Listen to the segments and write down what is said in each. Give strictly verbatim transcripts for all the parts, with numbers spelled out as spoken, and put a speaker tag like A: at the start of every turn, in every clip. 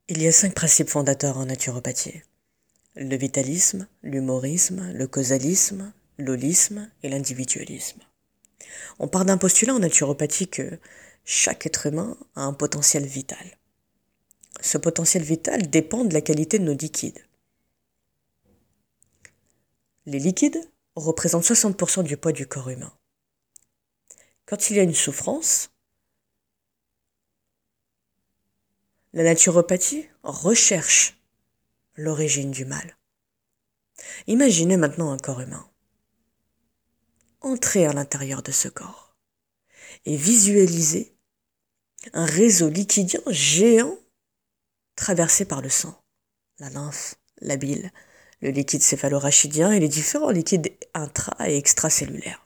A: Il y a cinq principes fondateurs en naturopathie. Le vitalisme, l'humorisme, le causalisme, l'holisme et l'individualisme. On part d'un postulat en naturopathie que chaque être humain a un potentiel vital. Ce potentiel vital dépend de la qualité de nos liquides. Les liquides représentent soixante pour cent du poids du corps humain. Quand il y a une souffrance, la naturopathie recherche l'origine du mal. Imaginez maintenant un corps humain. Entrez à l'intérieur de ce corps et visualisez un réseau liquidien géant traversé par le sang, la lymphe, la bile, le liquide céphalorachidien et les différents liquides intra- et extracellulaires.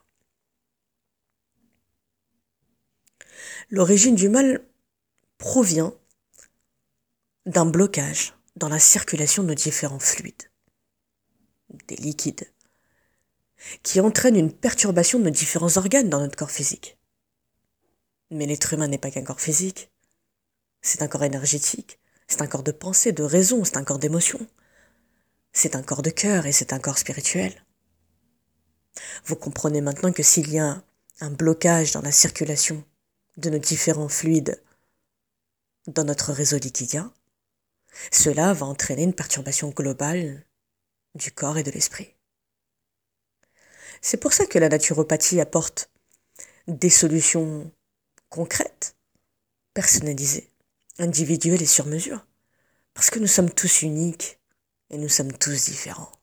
A: L'origine du mal provient d'un blocage dans la circulation de nos différents fluides, des liquides, qui entraîne une perturbation de nos différents organes dans notre corps physique. Mais l'être humain n'est pas qu'un corps physique, c'est un corps énergétique, c'est un corps de pensée, de raison, c'est un corps d'émotion, c'est un corps de cœur et c'est un corps spirituel. Vous comprenez maintenant que s'il y a un blocage dans la circulation de nos différents fluides dans notre réseau liquidien, cela va entraîner une perturbation globale du corps et de l'esprit. C'est pour ça que la naturopathie apporte des solutions concrètes, personnalisées, individuelles et sur mesure. Parce que nous sommes tous uniques et nous sommes tous différents.